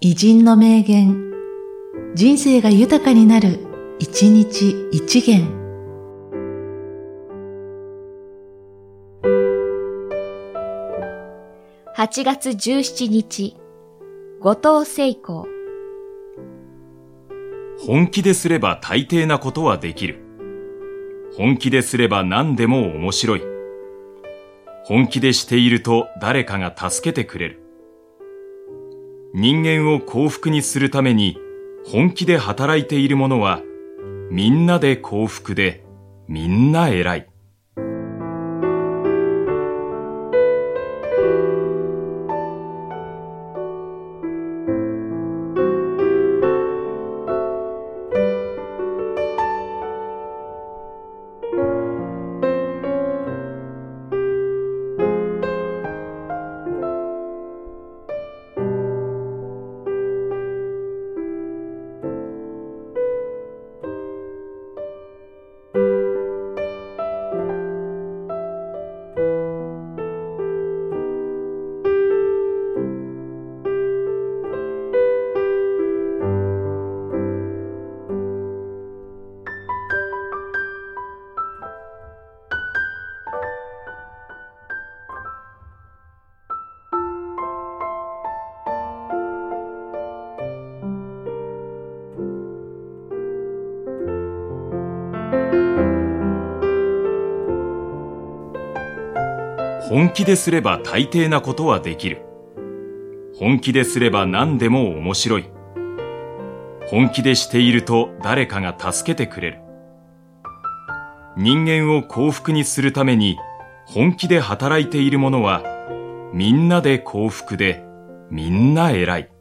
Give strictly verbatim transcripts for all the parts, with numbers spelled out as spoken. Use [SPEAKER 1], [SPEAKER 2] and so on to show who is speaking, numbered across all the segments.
[SPEAKER 1] 偉人の名言、人生が豊かになる、一日一元。
[SPEAKER 2] はちがつじゅうしちにち、後藤成功。
[SPEAKER 3] 本気ですれば大抵なことはできる。本気ですれば何でも面白い。本気でしていると誰かが助けてくれる。人間を幸福にするために本気で働いている者はみんなで幸福でみんな偉い。本気ですれば大抵なことはできる。本気ですれば何でも面白い。本気でしていると誰かが助けてくれる。人間を幸福にするために本気で働いている者はみんなで幸福でみんな偉い。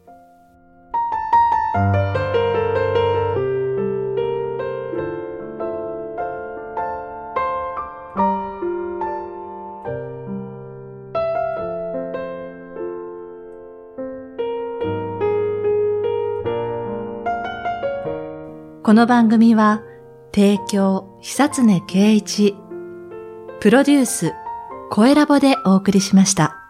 [SPEAKER 1] この番組は提供久常圭一、プロデュース声ラボでお送りしました。